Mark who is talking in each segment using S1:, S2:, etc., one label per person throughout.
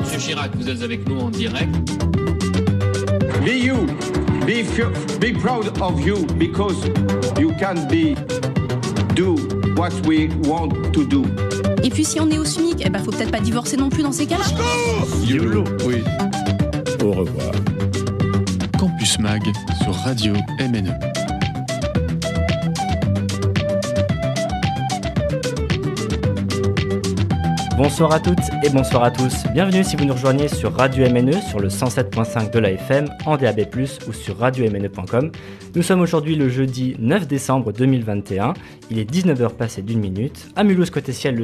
S1: Monsieur Chirac, vous êtes avec nous en direct.
S2: Be you. Be proud of you because you can do what we want to do.
S3: Et puis si on est au SMIC, faut peut-être pas divorcer non plus dans ces cas-là.
S4: YOLO, oui. Au revoir.
S5: Campus Mag sur Radio MNE.
S6: Bonsoir à toutes et bonsoir à tous. Bienvenue si vous nous rejoignez sur Radio MNE sur le 107.5 de la FM, en DAB+, ou sur radiomne.com. Nous sommes aujourd'hui le jeudi 9 décembre 2021. Il est 19h passé d'1 minute. À Mulhouse côté ciel,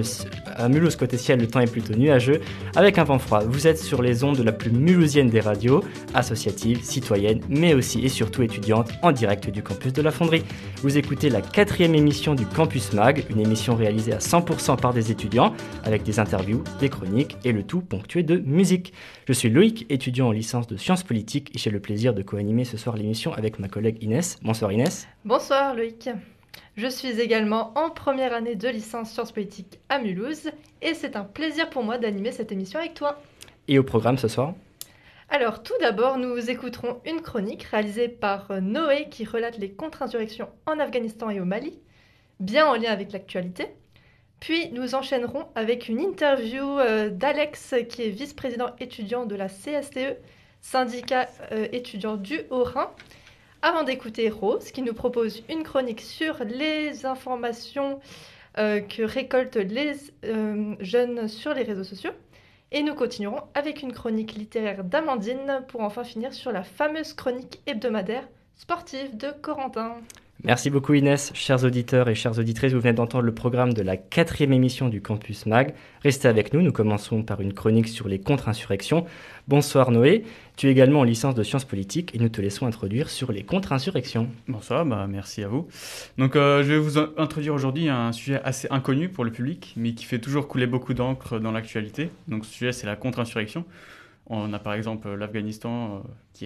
S6: le temps est plutôt nuageux avec un vent froid. Vous êtes sur les ondes de la plus mulhousienne des radios, associatives, citoyennes, mais aussi et surtout étudiantes, en direct du campus de la Fonderie. Vous écoutez la 4e émission du Campus Mag, une émission réalisée à 100% par des étudiants, avec des interviews, des chroniques et le tout ponctué de musique. Je suis Loïc, étudiant en licence de sciences politiques et j'ai le plaisir de co-animer ce soir l'émission avec ma collègue Inès. Bonsoir Inès.
S7: Bonsoir Loïc. Je suis également en première année de licence sciences politiques à Mulhouse et c'est un plaisir pour moi d'animer cette émission avec toi.
S6: Et au programme ce soir ?
S7: Alors tout d'abord, nous écouterons une chronique réalisée par Noé qui relate les contre-insurrections en Afghanistan et au Mali, bien en lien avec l'actualité. Puis nous enchaînerons avec une interview d'Alex qui est vice-président étudiant de la CSTE, syndicat étudiant du Haut-Rhin, avant d'écouter Rose qui nous propose une chronique sur les informations que récoltent les jeunes sur les réseaux sociaux. Et nous continuerons avec une chronique littéraire d'Amandine pour enfin finir sur la fameuse chronique hebdomadaire sportive de Corentin.
S6: Merci beaucoup Inès. Chers auditeurs et chères auditrices, vous venez d'entendre le programme de la 4e émission du Campus Mag. Restez avec nous, nous commençons par une chronique sur les contre-insurrections. Bonsoir Noé, tu es également en licence de sciences politiques et nous te laissons introduire sur les contre-insurrections.
S8: Bonsoir, merci à vous. Donc je vais vous introduire aujourd'hui un sujet assez inconnu pour le public, mais qui fait toujours couler beaucoup d'encre dans l'actualité. Donc ce sujet c'est la contre-insurrection. On a par exemple l'Afghanistan,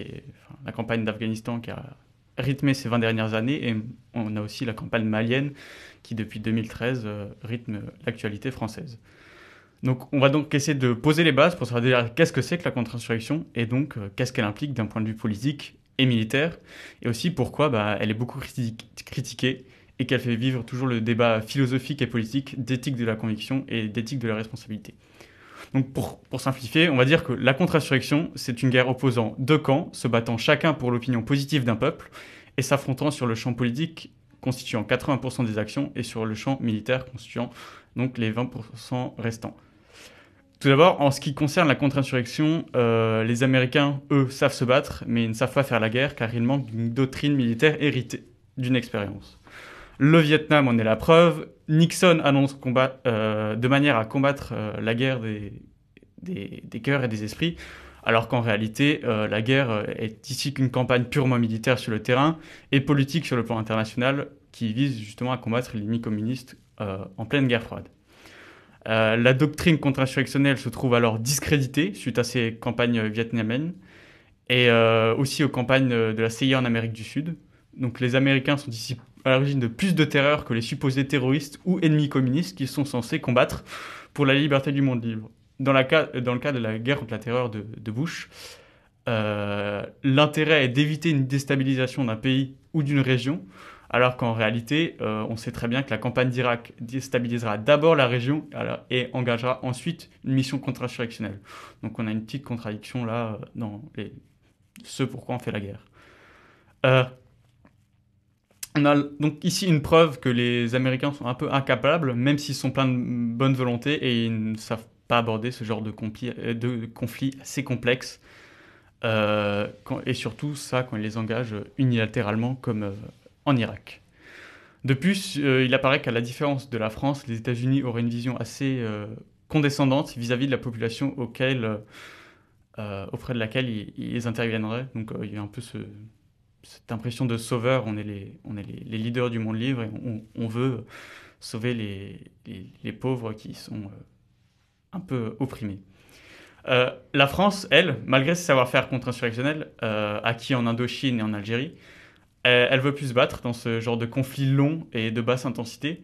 S8: la campagne d'Afghanistan qui a rythmé ces 20 dernières années, et on a aussi la campagne malienne qui depuis 2013 rythme l'actualité française. Donc on va donc essayer de poser les bases pour savoir déjà qu'est-ce que c'est que la contre-insurrection et donc qu'est-ce qu'elle implique d'un point de vue politique et militaire, et aussi pourquoi elle est beaucoup critiquée et qu'elle fait vivre toujours le débat philosophique et politique d'éthique de la conviction et d'éthique de la responsabilité. Donc pour simplifier, on va dire que la contre-insurrection, c'est une guerre opposant deux camps, se battant chacun pour l'opinion positive d'un peuple et s'affrontant sur le champ politique constituant 80% des actions et sur le champ militaire constituant donc les 20% restants. Tout d'abord, en ce qui concerne la contre-insurrection, les Américains, eux, savent se battre, mais ils ne savent pas faire la guerre car ils manquent d'une doctrine militaire héritée d'une expérience. Le Vietnam en est la preuve. Nixon annonce de manière à combattre la guerre des cœurs et des esprits, alors qu'en réalité, la guerre est ici qu'une campagne purement militaire sur le terrain et politique sur le plan international qui vise justement à combattre l'ennemi communiste en pleine guerre froide. La doctrine contre-insurrectionnelle se trouve alors discréditée suite à ces campagnes vietnamiennes et aussi aux campagnes de la CIA en Amérique du Sud. Donc les Américains sont ici à l'origine de plus de terreur que les supposés terroristes ou ennemis communistes qui sont censés combattre pour la liberté du monde libre. Dans le cas de la guerre contre la terreur de Bush, l'intérêt est d'éviter une déstabilisation d'un pays ou d'une région, alors qu'en réalité, on sait très bien que la campagne d'Irak déstabilisera d'abord la région et engagera ensuite une mission contre-insurrectionnelle. Donc on a une petite contradiction là dans ce pourquoi on fait la guerre. On a donc ici une preuve que les Américains sont un peu incapables, même s'ils sont pleins de bonne volonté et ils ne savent pas aborder ce genre de conflit assez complexe. Et surtout ça quand ils les engagent unilatéralement comme en Irak. De plus, il apparaît qu'à la différence de la France, les États-Unis auraient une vision assez condescendante vis-à-vis de la population auprès de laquelle ils interviendraient. Donc il y a un peu cette impression de sauveur, on est les leaders du monde libre et on veut sauver les pauvres qui sont un peu opprimés. La France, elle, malgré ses savoir-faire contre-insurrectionnels acquis en Indochine et en Algérie, elle veut plus se battre dans ce genre de conflit long et de basse intensité.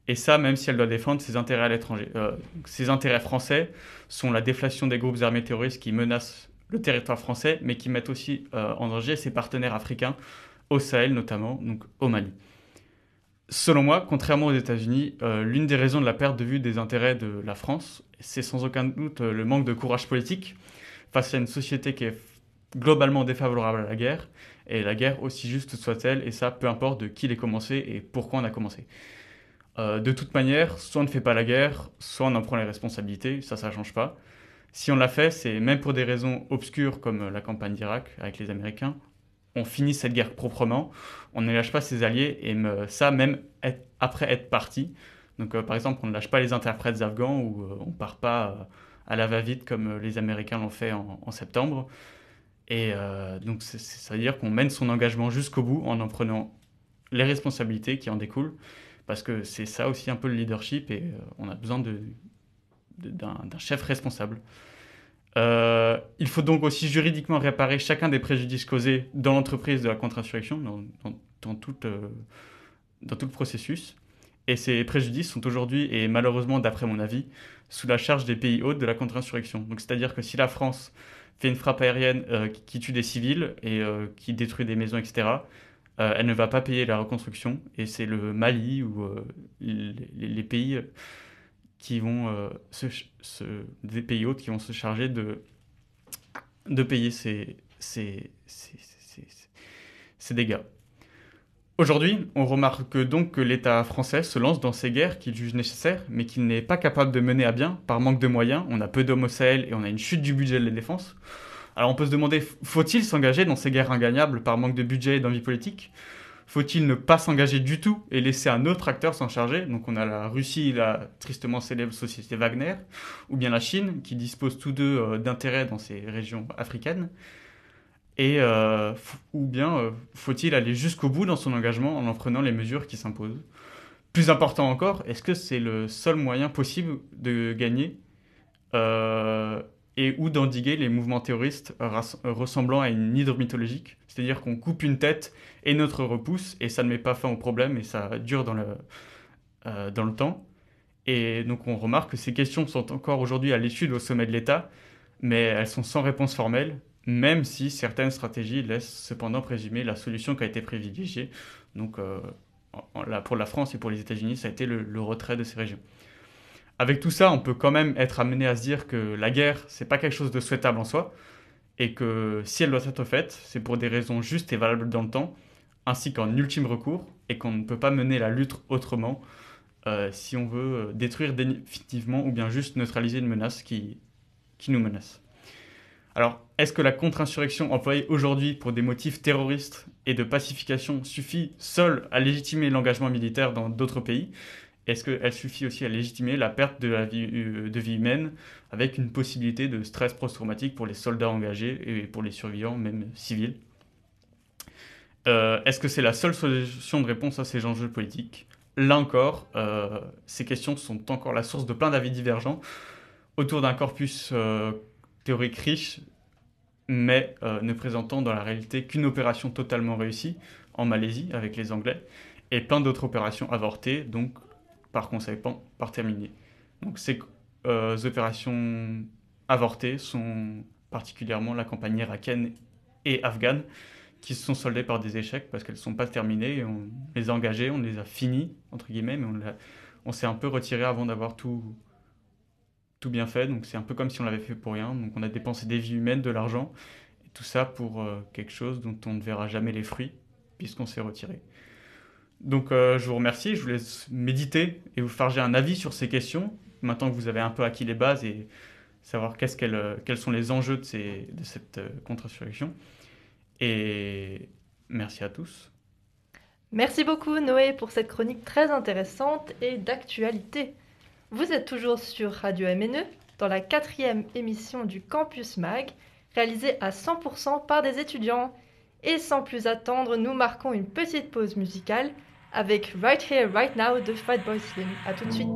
S8: Et ça, même si elle doit défendre ses intérêts à l'étranger. Ses intérêts français sont la déflation des groupes armés terroristes qui menacent le territoire français, mais qui mettent aussi en danger ses partenaires africains, au Sahel notamment, donc au Mali. Selon moi, contrairement aux États-Unis, l'une des raisons de la perte de vue des intérêts de la France, c'est sans aucun doute le manque de courage politique face à une société qui est globalement défavorable à la guerre, et la guerre, aussi juste soit-elle, et ça, peu importe de qui l'ait commencé et pourquoi on a commencé. De toute manière, soit on ne fait pas la guerre, soit on en prend les responsabilités, ça ne change pas. Si on l'a fait, c'est même pour des raisons obscures comme la campagne d'Irak avec les Américains, on finit cette guerre proprement, on ne lâche pas ses alliés, et ça même après être parti. Donc par exemple, on ne lâche pas les interprètes afghans, ou on ne part pas à la va-vite comme les Américains l'ont fait en septembre. Et donc ça veut dire qu'on mène son engagement jusqu'au bout en prenant les responsabilités qui en découlent, parce que c'est ça aussi un peu le leadership, et on a besoin d'un chef responsable. Il faut donc aussi juridiquement réparer chacun des préjudices causés dans l'entreprise de la contre-insurrection, dans tout le processus. Et ces préjudices sont aujourd'hui, et malheureusement d'après mon avis, sous la charge des pays hôtes de la contre-insurrection. Donc c'est-à-dire que si la France fait une frappe aérienne qui tue des civils et qui détruit des maisons, etc., elle ne va pas payer la reconstruction. Et c'est le Mali ou les pays qui vont des pays hôtes qui vont se charger de payer ces dégâts. Aujourd'hui, on remarque donc que l'État français se lance dans ces guerres qu'il juge nécessaires, mais qu'il n'est pas capable de mener à bien par manque de moyens. On a peu d'hommes au Sahel et on a une chute du budget de la défense. Alors on peut se demander, faut-il s'engager dans ces guerres ingagnables par manque de budget et d'envie politique ? Faut-il ne pas s'engager du tout et laisser un autre acteur s'en charger ? Donc on a la Russie, la tristement célèbre société Wagner, ou bien la Chine, qui disposent tous deux d'intérêts dans ces régions africaines. Et ou bien faut-il aller jusqu'au bout dans son engagement en prenant les mesures qui s'imposent ? Plus important encore, est-ce que c'est le seul moyen possible de gagner et ou d'endiguer les mouvements terroristes ressemblant à une hydre mythologique ? C'est-à-dire qu'on coupe une tête et notre repousse, et ça ne met pas fin au problème, et ça dure dans le temps. Et donc on remarque que ces questions sont encore aujourd'hui à l'étude au sommet de l'État, mais elles sont sans réponse formelle, même si certaines stratégies laissent cependant présumer la solution qui a été privilégiée. Donc pour la France et pour les États-Unis, ça a été le retrait de ces régions. Avec tout ça, on peut quand même être amené à se dire que la guerre, c'est pas quelque chose de souhaitable en soi, et que si elle doit être faite, c'est pour des raisons justes et valables dans le temps, ainsi qu'en ultime recours, et qu'on ne peut pas mener la lutte autrement si on veut détruire définitivement ou bien juste neutraliser une menace qui nous menace. Alors, est-ce que la contre-insurrection employée aujourd'hui pour des motifs terroristes et de pacification suffit seule à légitimer l'engagement militaire dans d'autres pays ? Est-ce qu'elle suffit aussi à légitimer la perte de vie humaine avec une possibilité de stress post-traumatique pour les soldats engagés et pour les survivants, même civils ? Est-ce que c'est la seule solution de réponse à ces enjeux politiques ? Là encore, ces questions sont encore la source de plein d'avis divergents autour d'un corpus théorique riche, mais ne présentant dans la réalité qu'une opération totalement réussie en Malaisie avec les Anglais, et plein d'autres opérations avortées, donc par conséquent par terminées. Donc ces opérations avortées sont particulièrement la campagne irakienne et afghane, qui se sont soldées par des échecs parce qu'elles ne sont pas terminées, et on les a engagées, on les a finies, entre guillemets, mais on s'est un peu retiré avant d'avoir tout bien fait, donc c'est un peu comme si on l'avait fait pour rien. Donc on a dépensé des vies humaines, de l'argent, et tout ça pour quelque chose dont on ne verra jamais les fruits, puisqu'on s'est retiré. Donc je vous remercie, je vous laisse méditer et vous forger un avis sur ces questions, maintenant que vous avez un peu acquis les bases et savoir quels sont les enjeux de cette contre-insurrection. Et merci à tous.
S7: Merci beaucoup Noé pour cette chronique très intéressante et d'actualité. Vous êtes toujours sur Radio MNE, dans la 4e émission du Campus Mag, réalisée à 100% par des étudiants. Et sans plus attendre, nous marquons une petite pause musicale avec Right Here, Right Now de Fatboy Slim. A tout de suite.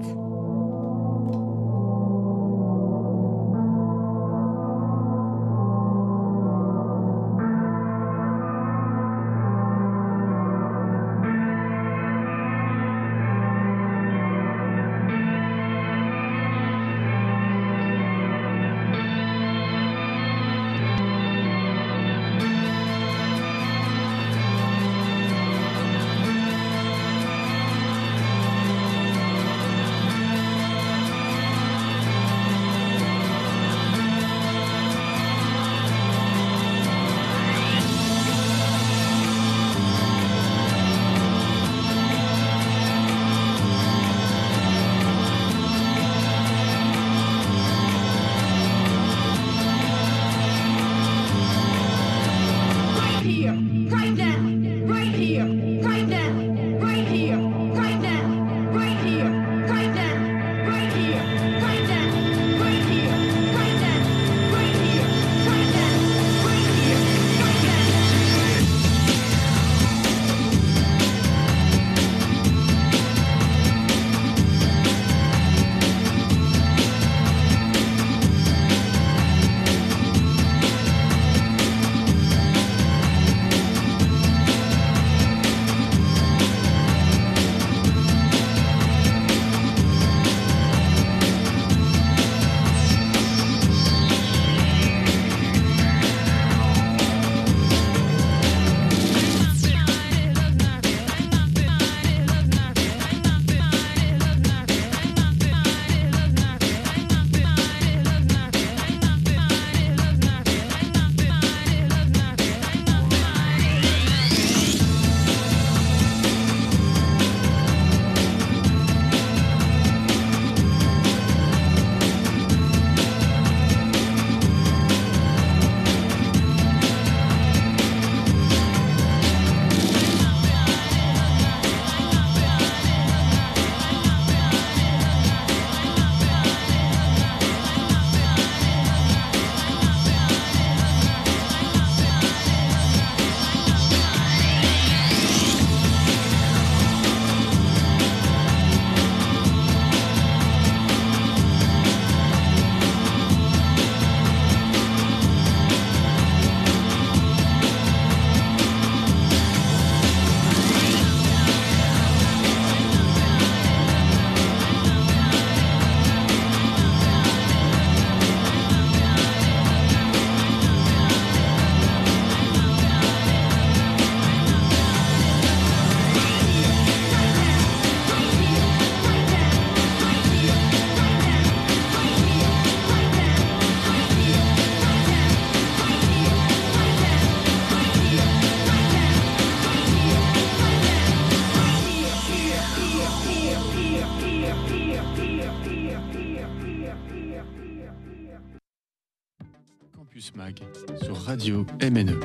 S5: Campus Mag sur Radio MNE.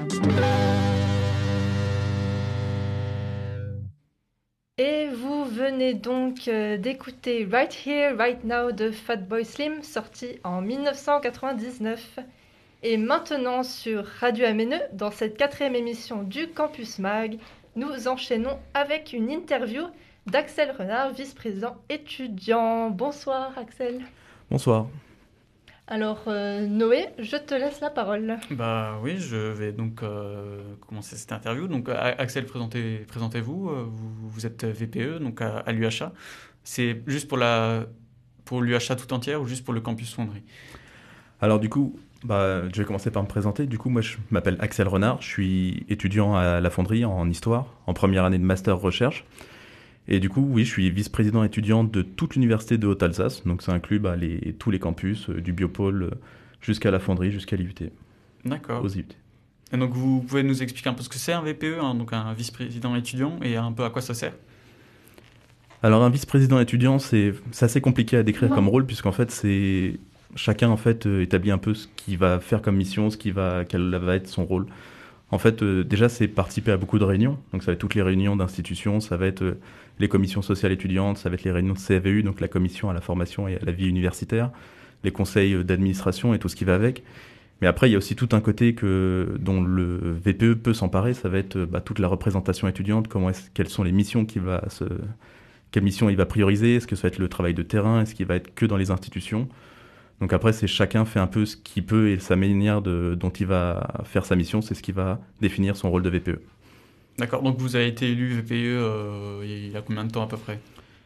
S7: Et vous venez donc d'écouter Right Here, Right Now de Fatboy Slim, sorti en 1999. Et maintenant sur Radio MNE, dans cette 4e émission du Campus Mag, nous enchaînons avec une interview d'Axel Renard, vice-président étudiant. Bonsoir Axel.
S9: Bonsoir.
S7: Alors Noé, je te laisse la parole.
S8: Bah oui, je vais donc commencer cette interview. Donc Axel, présentez-vous. Vous êtes VPE donc à l'UHA. C'est juste pour l'UHA tout entière ou juste pour le campus Fonderie?
S9: Alors du coup, je vais commencer par me présenter. Du coup, moi je m'appelle Axel Renard, je suis étudiant à la Fonderie en histoire, en première année de master recherche. Et du coup, oui, je suis vice-président étudiant de toute l'université de Haute-Alsace. Donc ça inclut tous les campus, du biopôle jusqu'à la Fonderie, jusqu'à l'IUT.
S8: D'accord.
S9: Aux IUT.
S8: Et donc vous pouvez nous expliquer un peu ce que c'est un VPE, donc un vice-président étudiant, et un peu à quoi ça sert?
S9: Alors un vice-président étudiant, c'est assez compliqué à décrire comme rôle, puisqu'en fait, chacun établit un peu ce qu'il va faire comme mission, quel va être son rôle. En fait, déjà, c'est participer à beaucoup de réunions. Donc, ça va être toutes les réunions d'institutions, ça va être les commissions sociales étudiantes, ça va être les réunions de CAVU, donc la commission à la formation et à la vie universitaire, les conseils d'administration et tout ce qui va avec. Mais après, il y a aussi tout un côté dont le VPE peut s'emparer. Ça va être toute la représentation étudiante, quelles sont les missions quelles missions il va prioriser, est-ce que ça va être le travail de terrain, est-ce qu'il va être que dans les institutions. Donc après, chacun fait un peu ce qu'il peut et sa manière dont il va faire sa mission, c'est ce qui va définir son rôle de VPE.
S8: D'accord, donc vous avez été élu VPE il y a combien de temps à peu près?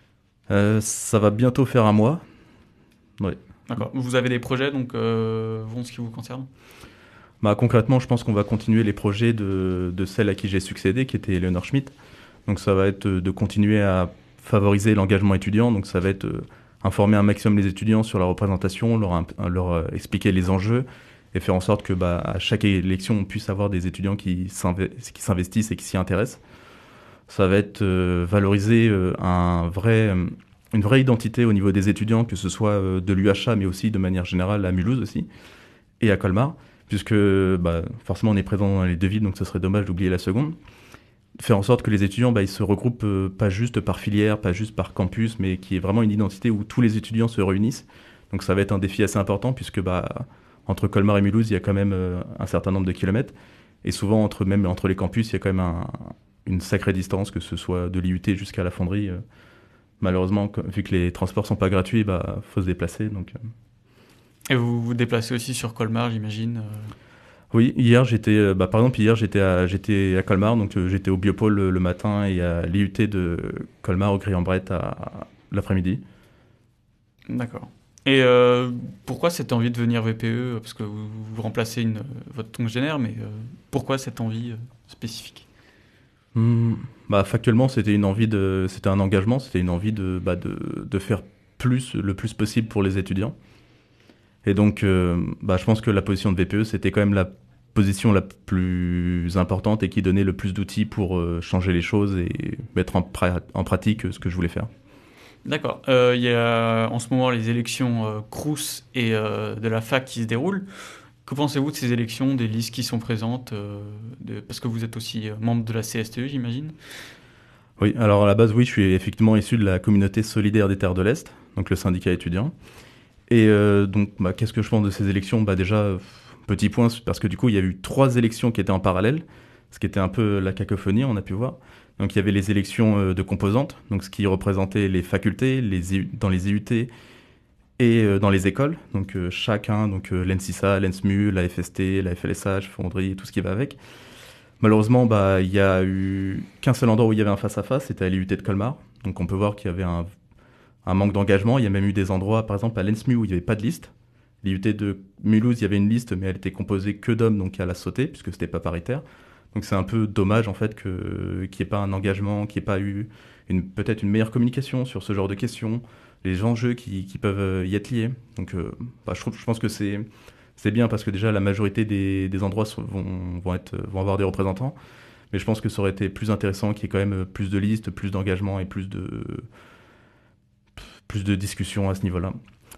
S9: Ça va bientôt faire un mois. Oui.
S8: D'accord, vous avez des projets donc en ce qui vous concerne?
S9: Concrètement, je pense qu'on va continuer les projets de celle à qui j'ai succédé, qui était Eleonore Schmitt. Donc ça va être de continuer à favoriser l'engagement étudiant, donc ça va être informer un maximum les étudiants sur la représentation, leur expliquer les enjeux et faire en sorte que à chaque élection, on puisse avoir des étudiants qui s'investissent et qui s'y intéressent. Ça va être valoriser une vraie identité au niveau des étudiants, que ce soit de l'UHA, mais aussi de manière générale à Mulhouse aussi, et à Colmar, puisque forcément on est présent dans les deux villes, donc ce serait dommage d'oublier la seconde. Faire en sorte que les étudiants ils se regroupent pas juste par filière, pas juste par campus, mais qu'il y ait vraiment une identité où tous les étudiants se réunissent. Donc ça va être un défi assez important puisque entre Colmar et Mulhouse, il y a quand même un certain nombre de kilomètres. Et souvent, entre les campus, il y a quand même une sacrée distance, que ce soit de l'IUT jusqu'à la Fonderie. Malheureusement, vu que les transports sont pas gratuits, faut se déplacer. Donc.
S8: Et vous vous déplacez aussi sur Colmar, j'imagine
S9: Oui, hier j'étais à Colmar, donc j'étais au biopôle le matin et à l'IUT de Colmar au Gris-en-Brette l'après-midi. D'accord.
S8: Et pourquoi cette envie de devenir VPE? Parce que vous remplacez votre congénère, mais pourquoi cette envie spécifique?
S9: Factuellement, c'était un engagement, c'était une envie de faire le plus possible pour les étudiants. Et donc, je pense que la position de VPE, c'était quand même la position la plus importante et qui donnait le plus d'outils pour changer les choses et mettre en pratique ce que je voulais faire.
S8: D'accord. Il y a en ce moment les élections Crous et de la fac qui se déroulent. Que pensez-vous de ces élections, des listes qui sont présentes parce que vous êtes aussi membre de la CSTE, j'imagine?
S9: Oui, alors à la base, oui, je suis effectivement issu de la communauté solidaire des Terres de l'Est, donc le syndicat étudiant. Et donc, qu'est-ce que je pense de ces élections? Déjà, petit point, parce que du coup, il y a eu 3 élections qui étaient en parallèle, ce qui était un peu la cacophonie, on a pu voir. Donc, il y avait les élections de composantes, donc ce qui représentait les facultés, dans les IUT et dans les écoles. Donc, chacun, l'ENSISA, l'ENSMU, la FST, la FLSH, Fonderie, tout ce qui va avec. Malheureusement, il y a eu qu'un seul endroit où il y avait un face-à-face, c'était à l'IUT de Colmar. Donc, on peut voir qu'il y avait un manque d'engagement. Il y a même eu des endroits, par exemple à l'ENSMU, où il n'y avait pas de liste. L'IUT de Mulhouse, il y avait une liste, mais elle était composée que d'hommes, donc elle a sauté, puisque ce n'était pas paritaire. Donc c'est un peu dommage, en fait, qu'il n'y ait pas un engagement, qu'il n'y ait pas eu peut-être une meilleure communication sur ce genre de questions, les enjeux qui peuvent y être liés. Donc je pense que c'est bien, parce que déjà, la majorité des endroits vont avoir des représentants. Mais je pense que ça aurait été plus intéressant qu'il y ait quand même plus de listes, plus d'engagement et plus de discussions à ce niveau-là.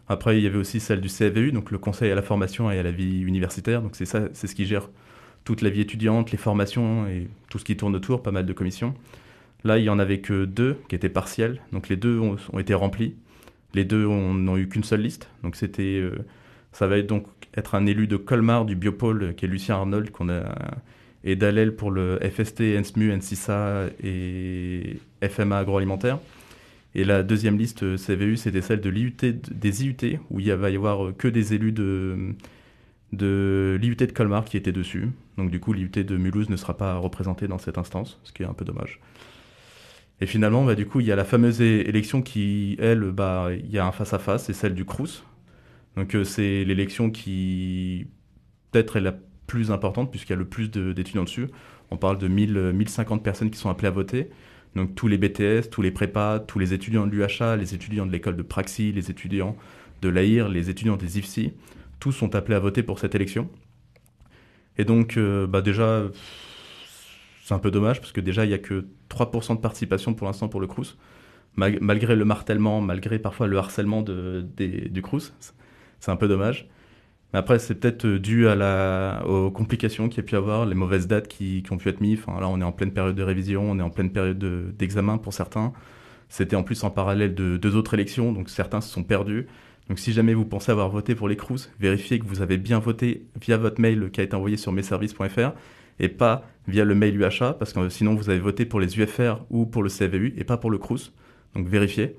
S9: Après, il y avait aussi celle du CVU, donc le Conseil à la formation et à la vie universitaire. Donc c'est ce qui gère toute la vie étudiante, les formations et tout ce qui tourne autour, pas mal de commissions. Là, il n'y en avait que 2 qui étaient partiels, donc les 2 ont été remplis. Les 2 n'ont eu qu'une seule liste, donc ça va donc être un élu de Colmar du Biopôle, qui est Lucien Arnold, et d'Allel pour le FST, NSMU, NCISA et FMA agroalimentaire. Et la deuxième liste CVU, c'était celle des IUT, où il va y avoir que des élus de l'IUT de Colmar qui étaient dessus. Donc du coup, l'IUT de Mulhouse ne sera pas représenté dans cette instance, ce qui est un peu dommage. Et finalement, du coup, il y a la fameuse élection qui, elle, il y a un face-à-face, c'est celle du Crous. Donc c'est l'élection qui, peut-être, est la plus importante, puisqu'il y a le plus d'étudiants dessus. On parle de 1050 personnes qui sont appelées à voter. Donc tous les BTS, tous les prépas, tous les étudiants de l'UHA, les étudiants de l'école de Praxi, les étudiants de l'AIR, les étudiants des IFSI, tous sont appelés à voter pour cette élection. Et donc, déjà, c'est un peu dommage, parce que déjà, il n'y a que 3% de participation pour l'instant pour le Crous, malgré le martèlement, malgré parfois le harcèlement du Crous. C'est un peu dommage. Mais après, c'est peut-être dû aux complications qu'il y a pu y avoir, les mauvaises dates qui ont pu être mises. Enfin, là, on est en pleine période de révision, on est en pleine période d'examen pour certains. C'était en plus en parallèle de 2 autres élections, donc certains se sont perdus. Donc si jamais vous pensez avoir voté pour les Crous, vérifiez que vous avez bien voté via votre mail qui a été envoyé sur messervices.fr et pas via le mail UHA, parce que sinon vous avez voté pour les UFR ou pour le CVU et pas pour le Crous. Donc vérifiez.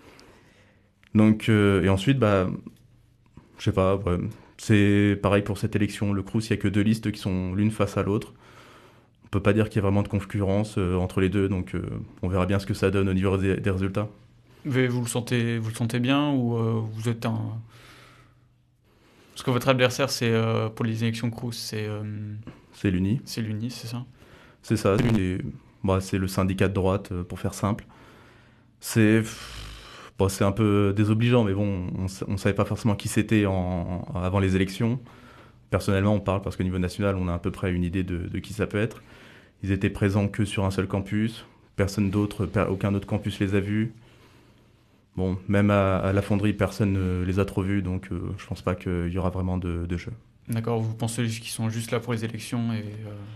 S9: Donc, et ensuite, je sais pas, c'est pareil pour cette élection. Le Crous, il n'y a que 2 listes qui sont l'une face à l'autre. On peut pas dire qu'il y a vraiment de concurrence entre les deux, donc on verra bien ce que ça donne au niveau des résultats.
S8: Mais vous le sentez bien ou vous êtes un... Parce que votre adversaire, c'est pour les élections Crous,
S9: c'est l'UNI.
S8: C'est l'UNI, c'est ça?
S9: C'est ça, c'est le syndicat de droite, pour faire simple. C'est un peu désobligeant, mais bon, on savait pas forcément qui c'était avant les élections. Personnellement, on parle parce qu'au niveau national, on a à peu près une idée de qui ça peut être. Ils étaient présents que sur un seul campus. Aucun autre campus les a vus. Bon, même à la fonderie, personne ne les a trop vus, donc je pense pas qu'il y aura vraiment de jeu.
S8: D'accord, vous pensez qu'ils sont juste là pour les élections et...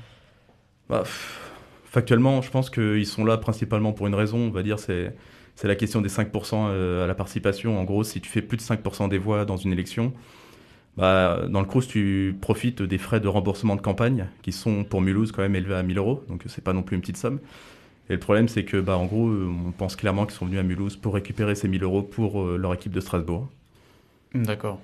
S9: Factuellement, je pense qu'ils sont là principalement pour une raison, on va dire, c'est la question des 5% à la participation. En gros, si tu fais plus de 5% des voix dans une élection, dans le Crous, tu profites des frais de remboursement de campagne, qui sont pour Mulhouse quand même élevés à 1 000 €, donc c'est pas non plus une petite somme. Et le problème, c'est que, en gros, on pense clairement qu'ils sont venus à Mulhouse pour récupérer ces 1 000 € pour leur équipe de Strasbourg.
S8: D'accord.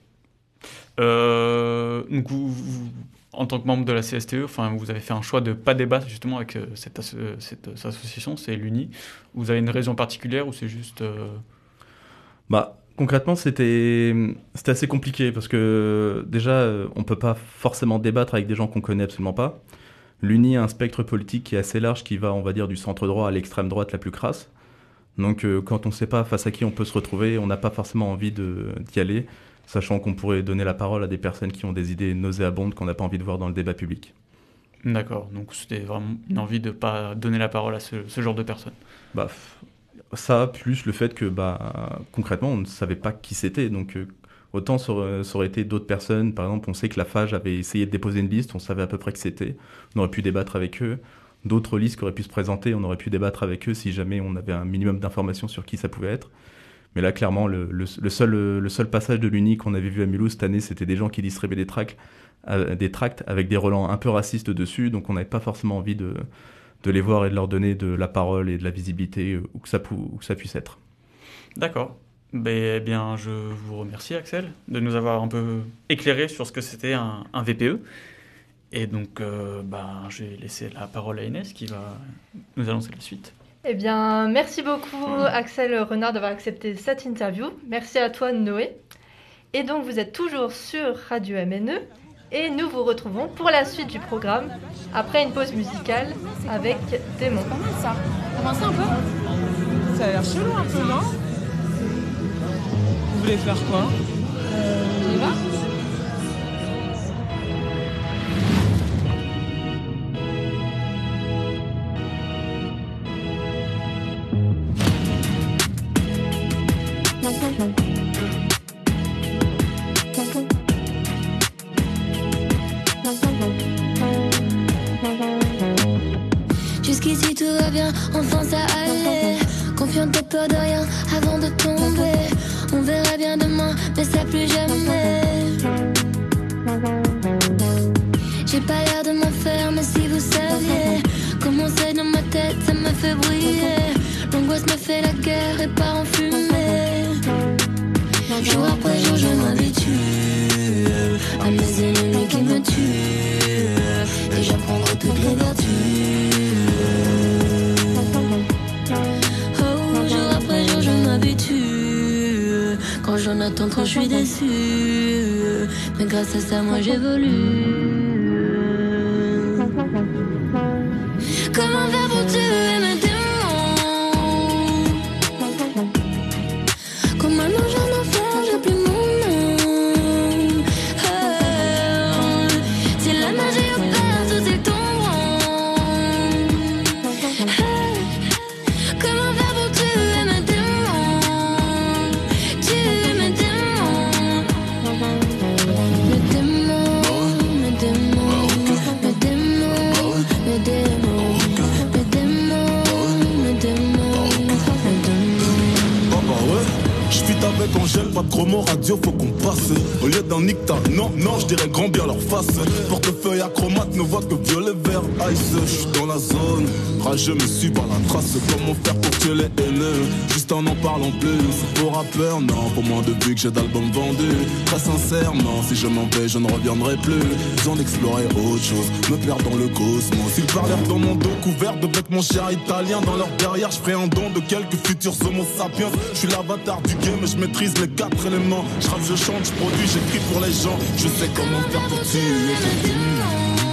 S8: Donc vous, en tant que membre de la CSTE, vous avez fait un choix de ne pas débattre justement avec cette association, c'est l'UNI. Vous avez une raison particulière ou c'est juste...
S9: Concrètement, c'était assez compliqué parce que déjà, on ne peut pas forcément débattre avec des gens qu'on ne connaît absolument pas. L'UNI a un spectre politique qui est assez large, qui va, on va dire, du centre-droit à l'extrême droite la plus crasse. Donc quand on ne sait pas face à qui on peut se retrouver, on n'a pas forcément envie d'y aller, sachant qu'on pourrait donner la parole à des personnes qui ont des idées nauséabondes qu'on n'a pas envie de voir dans le débat public.
S8: D'accord, donc c'était vraiment une envie de ne pas donner la parole à ce genre de personnes.
S9: Ça, plus le fait que concrètement, on ne savait pas qui c'était. Donc autant ça aurait été d'autres personnes. Par exemple, on sait que la FAGE avait essayé de déposer une liste, on savait à peu près qui c'était. On aurait pu débattre avec eux. D'autres listes qui auraient pu se présenter, on aurait pu débattre avec eux si jamais on avait un minimum d'informations sur qui ça pouvait être. Mais là, clairement, le seul passage de l'UNI qu'on avait vu à Mulhouse cette année, c'était des gens qui distribuaient des tracts avec des relents un peu racistes dessus. Donc on n'avait pas forcément envie de les voir et de leur donner de la parole et de la visibilité où que ça puisse être. D'accord.
S8: Eh bien, je vous remercie, Axel, de nous avoir un peu éclairé sur ce que c'était un VPE. Et donc, je vais laisser la parole à Inès qui va nous annoncer la suite.
S7: Eh bien, merci beaucoup, Axel Renard, d'avoir accepté cette interview. Merci à toi, Noé. Et donc, vous êtes toujours sur Radio MNE. Et nous vous retrouvons pour la suite du programme, après une pause musicale avec Démon.
S10: C'est pas mal ça. Commencez un peu. Ça a l'air chelou un peu, non? Vous voulez faire quoi? On y va?
S11: tout va bien, enfin ça allait. Confiante et peur de rien avant de tomber. On verra bien demain, mais ça plus jamais. J'ai pas l'air de m'en faire, mais si vous saviez comment c'est dans ma tête, ça me fait briller. L'angoisse me fait la guerre et part en fumée. Jour après jour je m'habitue à mes ennemis qui me tuent. Et j'apprendrai toutes les vertus. Oh, jour après jour je m'habitue. Quand j'en attends trop je suis déçue. Mais grâce à ça moi j'évolue. Comment faire pour tuer mes démons? Comment manger un enfer, j'ai plus mon nom. Oh, si la magie opère, tout est tombant. Oh, comment faire pour tuer mes démons? Tuer mes démons. Mes démons, mes démons, mes démons, mes démons.
S12: Avec Angèle, pas de chromo, radio, faut qu'on passe. Au lieu d'un nicta, non, je dirais grand bien leur face. Portefeuille acromate, ne voit que violet, vert, ice. J'suis dans la zone, rageux me suis par la trace. Comment faire pour tuer les haineux, juste en parlant plus. C'est pour rappeur, non, pour moins de vues que j'ai d'albums vendus. Très sincèrement, si je m'en vais, je ne reviendrai plus. Besoin d'explorer autre chose, me perdre dans le cosmos. Ils parlèrent dans mon dos, couvert de vêtements chers italiens. Dans leur derrière, j'ferai un don de quelques futurs homo sapiens. J'suis l'avatar du game, je maîtrise les 4 éléments. Je rappe, je chante, je produis, j'écris pour les gens. Je sais comment faire pour tuer tes démons.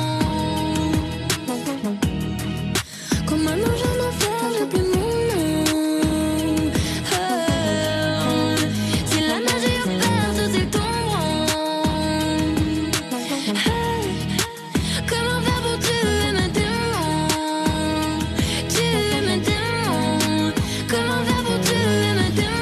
S11: Comme un ange en enfer, j'ai plus mon nom. Oh, si la magie opère, tout est tombant. Oh, comment faire pour tuer mes démons? Tuer mes démons. Comment faire pour tuer mes démons?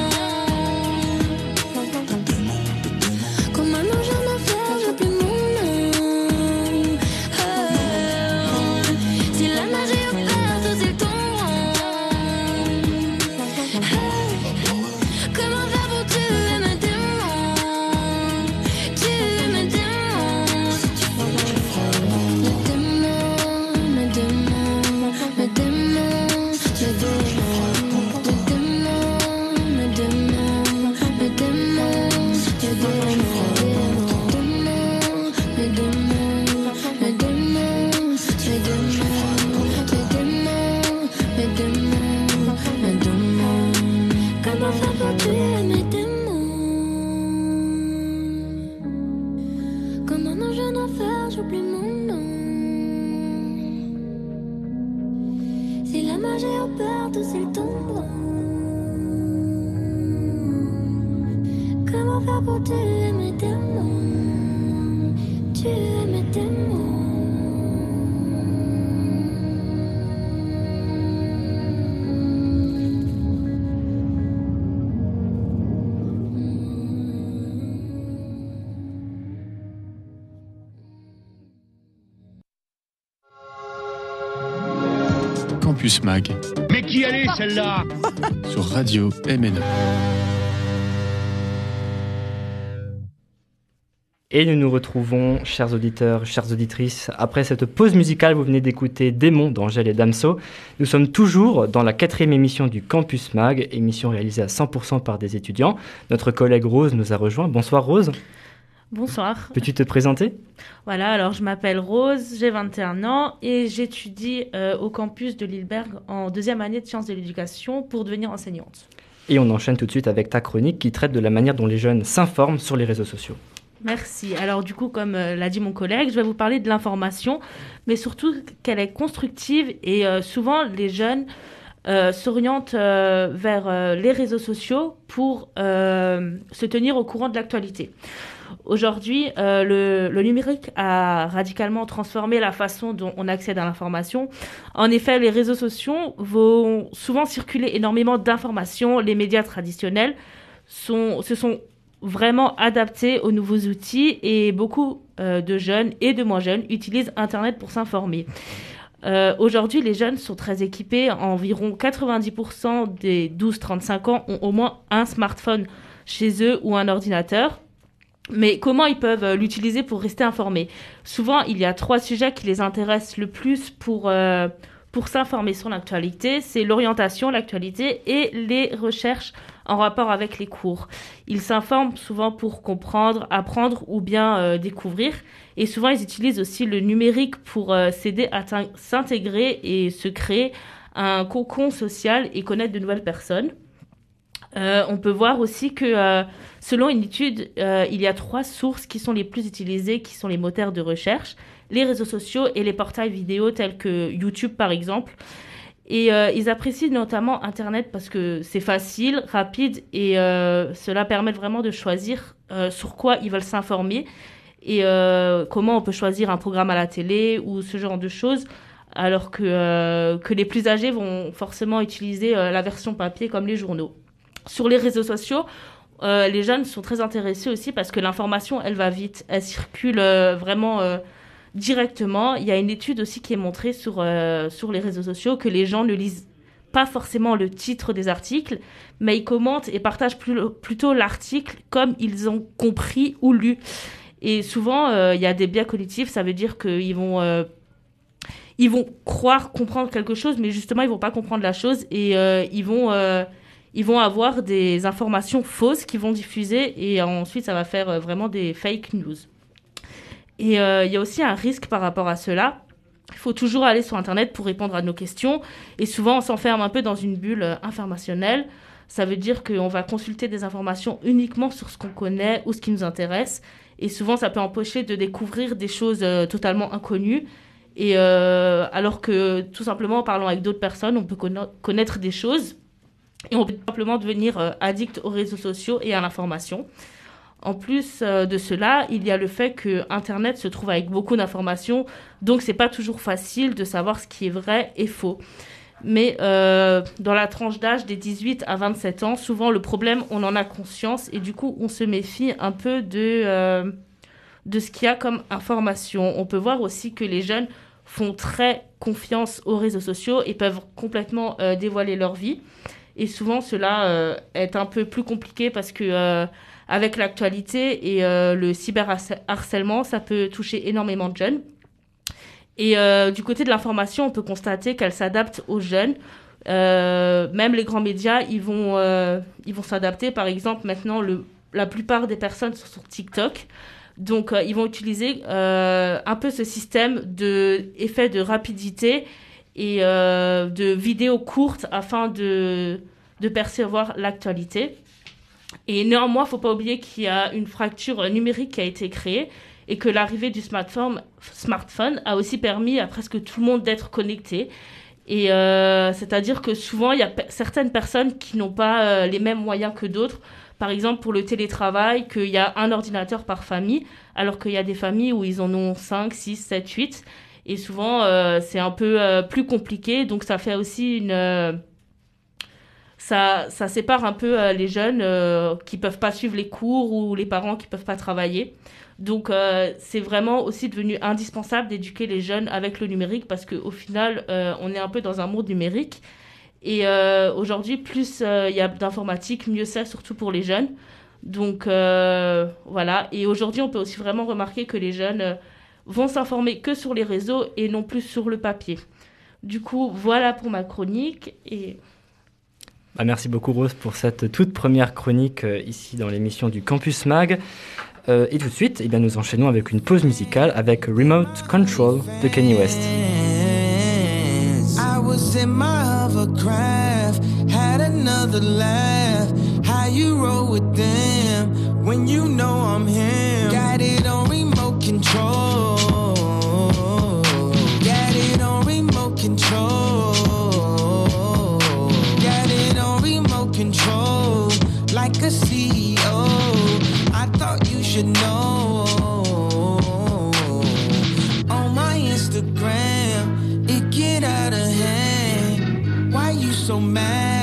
S5: Campus Mag.
S2: Mais qui allait celle-là?
S5: Sur Radio MNE.
S6: Et nous nous retrouvons, chers auditeurs, chères auditrices, après cette pause musicale, vous venez d'écouter Démon d'Angèle et Damso. Nous sommes toujours dans la 4e émission du Campus Mag, émission réalisée à 100% par des étudiants. Notre collègue Rose nous a rejoint. Bonsoir Rose.
S13: Bonsoir.
S6: Peux-tu te présenter?
S13: Voilà, alors je m'appelle Rose, j'ai 21 ans et j'étudie au campus de Lilleberg en 2e année de sciences de l'éducation pour devenir enseignante.
S6: Et on enchaîne tout de suite avec ta chronique qui traite de la manière dont les jeunes s'informent sur les réseaux sociaux.
S13: Merci. Alors du coup, comme l'a dit mon collègue, je vais vous parler de l'information, mais surtout qu'elle est constructive et souvent les jeunes s'orientent vers les réseaux sociaux pour se tenir au courant de l'actualité. Aujourd'hui, le numérique a radicalement transformé la façon dont on accède à l'information. En effet, les réseaux sociaux vont souvent circuler énormément d'informations. Les médias traditionnels se sont vraiment adaptés aux nouveaux outils et beaucoup de jeunes et de moins jeunes utilisent Internet pour s'informer. Aujourd'hui, les jeunes sont très équipés. Environ 90% des 12-35 ans ont au moins un smartphone chez eux ou un ordinateur. Mais comment ils peuvent l'utiliser pour rester informés? Souvent, il y a 3 sujets qui les intéressent le plus pour s'informer sur l'actualité. C'est l'orientation, l'actualité et les recherches en rapport avec les cours. Ils s'informent souvent pour comprendre, apprendre ou bien découvrir. Et souvent, ils utilisent aussi le numérique pour s'aider à s'intégrer et se créer un cocon social et connaître de nouvelles personnes. On peut voir aussi que, selon une étude, il y a 3 sources qui sont les plus utilisées, qui sont les moteurs de recherche, les réseaux sociaux et les portails vidéo tels que YouTube, par exemple. Et ils apprécient notamment Internet parce que c'est facile, rapide et cela permet vraiment de choisir sur quoi ils veulent s'informer et comment on peut choisir un programme à la télé ou ce genre de choses, alors que les plus âgés vont forcément utiliser la version papier comme les journaux. Sur les réseaux sociaux, les jeunes sont très intéressés aussi parce que l'information, elle va vite, elle circule vraiment directement. Il y a une étude aussi qui est montrée sur les réseaux sociaux que les gens ne lisent pas forcément le titre des articles, mais ils commentent et partagent plutôt l'article comme ils ont compris ou lu. Et souvent, il y a des biais cognitifs, ça veut dire qu'ils vont croire comprendre quelque chose, mais justement, ils vont pas comprendre la chose et ils vont avoir des informations fausses qu'ils vont diffuser et ensuite, ça va faire vraiment des fake news. Et il y a aussi un risque par rapport à cela. Il faut toujours aller sur Internet pour répondre à nos questions. Et souvent, on s'enferme un peu dans une bulle informationnelle. Ça veut dire qu'on va consulter des informations uniquement sur ce qu'on connaît ou ce qui nous intéresse. Et souvent, ça peut empêcher de découvrir des choses totalement inconnues. Et alors que, tout simplement, en parlant avec d'autres personnes, on peut connaître des choses. Et on peut simplement devenir addict aux réseaux sociaux et à l'information. En plus de cela, il y a le fait que Internet se trouve avec beaucoup d'informations, donc c'est pas toujours facile de savoir ce qui est vrai et faux. Mais dans la tranche d'âge des 18 à 27 ans, souvent le problème, on en a conscience et du coup, on se méfie un peu de ce qu'il y a comme information. On peut voir aussi que les jeunes font très confiance aux réseaux sociaux et peuvent complètement dévoiler leur vie. Et souvent, cela est un peu plus compliqué parce que avec l'actualité et le cyberharcèlement, ça peut toucher énormément de jeunes. Et du côté de l'information, on peut constater qu'elle s'adapte aux jeunes. Même les grands médias, ils vont s'adapter. Par exemple, maintenant, la plupart des personnes sont sur TikTok. Donc, ils vont utiliser un peu ce système d'effet de rapidité et de vidéos courtes afin de percevoir l'actualité. Et néanmoins, il ne faut pas oublier qu'il y a une fracture numérique qui a été créée et que l'arrivée du smartphone a aussi permis à presque tout le monde d'être connecté. Et c'est-à-dire que souvent, il y a certaines personnes qui n'ont pas les mêmes moyens que d'autres. Par exemple, pour le télétravail, qu'il y a un ordinateur par famille, alors qu'il y a des familles où ils en ont 5, 6, 7, 8. Et souvent, c'est un peu plus compliqué. Donc, ça fait aussi ça sépare un peu les jeunes qui peuvent pas suivre les cours ou les parents qui peuvent pas travailler. Donc, c'est vraiment aussi devenu indispensable d'éduquer les jeunes avec le numérique parce qu'au final, on est un peu dans un monde numérique. Et aujourd'hui, plus il y a d'informatique, mieux c'est, surtout pour les jeunes. Donc, voilà. Et aujourd'hui, on peut aussi vraiment remarquer que les jeunes vont s'informer que sur les réseaux et non plus sur le papier. Du coup, voilà pour ma chronique. Et...
S6: merci beaucoup Rose pour cette toute première chronique ici dans l'émission du Campus Mag. Et tout de suite, nous enchaînons avec une pause musicale avec Remote Control de Kanye West.
S14: I was in my hovercraft, had another laugh. How you roll with them when you know I'm him? Got it on remote control. Got it on remote control. Got it on remote control. Like a CEO, I thought you should know. On my Instagram, it get out of hand. Why you so mad?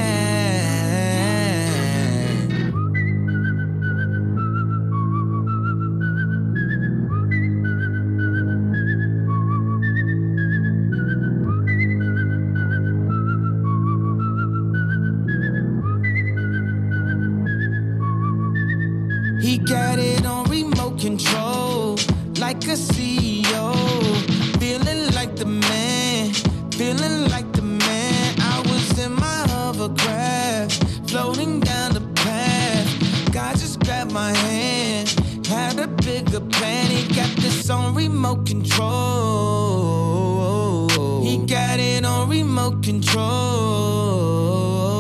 S14: He got it on remote control, like a CEO. Feeling like the man, feeling like the man. I was in my hovercraft, floating down the path. God just grabbed my hand, had a bigger plan. He got this on remote control. He got it on remote control.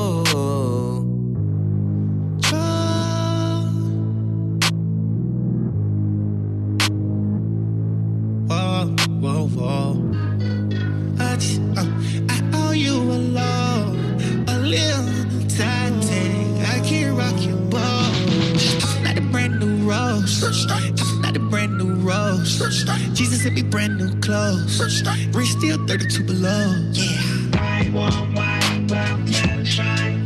S14: Whoa, whoa. I owe you a love, a little Titanic. I can't rock your boat. Not a brand new rose, not a brand new rose. Jesus sent me brand new clothes. Rich still 32 below. Yeah. I want my shine.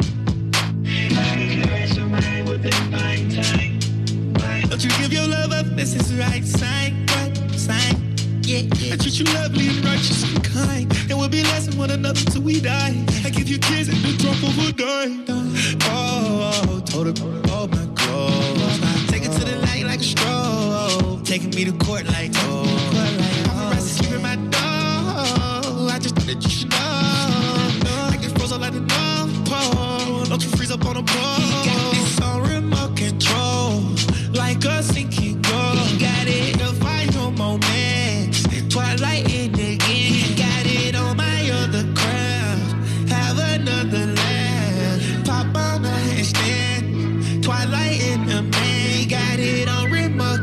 S14: Don't you give your love up? This is the right sign. Right sign. Yeah. I treat you lovely and righteous and kind, and we'll be less than one another till we die. I give you kids and the drop of a dime. Oh, told her all my clothes. Take it to the light like a stroll. Taking me to court like paparazzi sleeping my door. I just thought that you should know. I get frozen like the North Pole. Don't you freeze up on the pole. He got this on remote control, like a sinking goal. He got it, the final moment. Twilight in again. He got it on my other craft. Have another laugh. Pop on a handstand. Twilight in the man. Got it on remote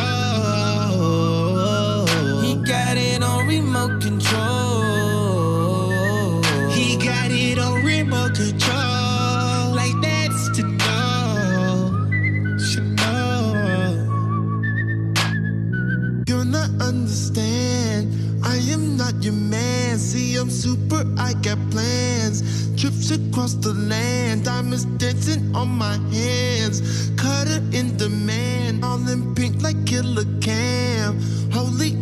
S14: control. He got it on remote control. He got it on remote control. Like that's to know. Should know. You'll not understand. I am not your man. See, I'm super, I got plans. Trips across the land. Diamonds dancing on my hands. Cutter in demand. All in pink like Killer Cam. Holy.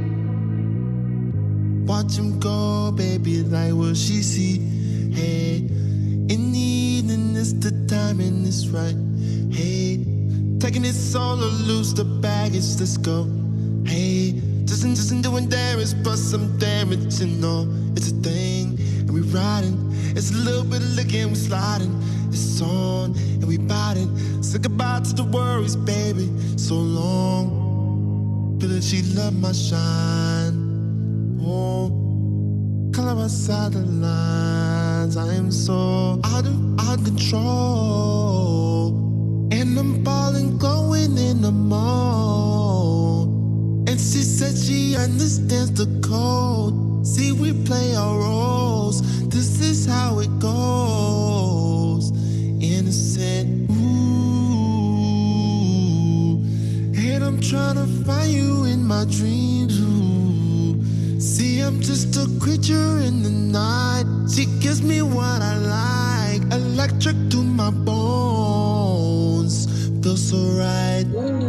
S14: Watch him go, baby, like what she see. Hey, in the evening, it's the timing is right. Hey, taking it solo, lose the baggage, let's go. Hey, just doing damage, but some damage, you know. It's a thing, and we riding. It's a little bit of licking, we sliding. It's on, and we biting. Say goodbye to the worries, baby. So long. Feel that she love my shine. Oh, color outside the lines. I am so out of control, and I'm falling, going in the mall. And she said she understands the code. See, we play our roles. This is how it goes. Innocent, ooh. And I'm trying to find you in my dreams, ooh. See, I'm just a creature in the night. She gives me what I like. Electric to my bones. Feels so right.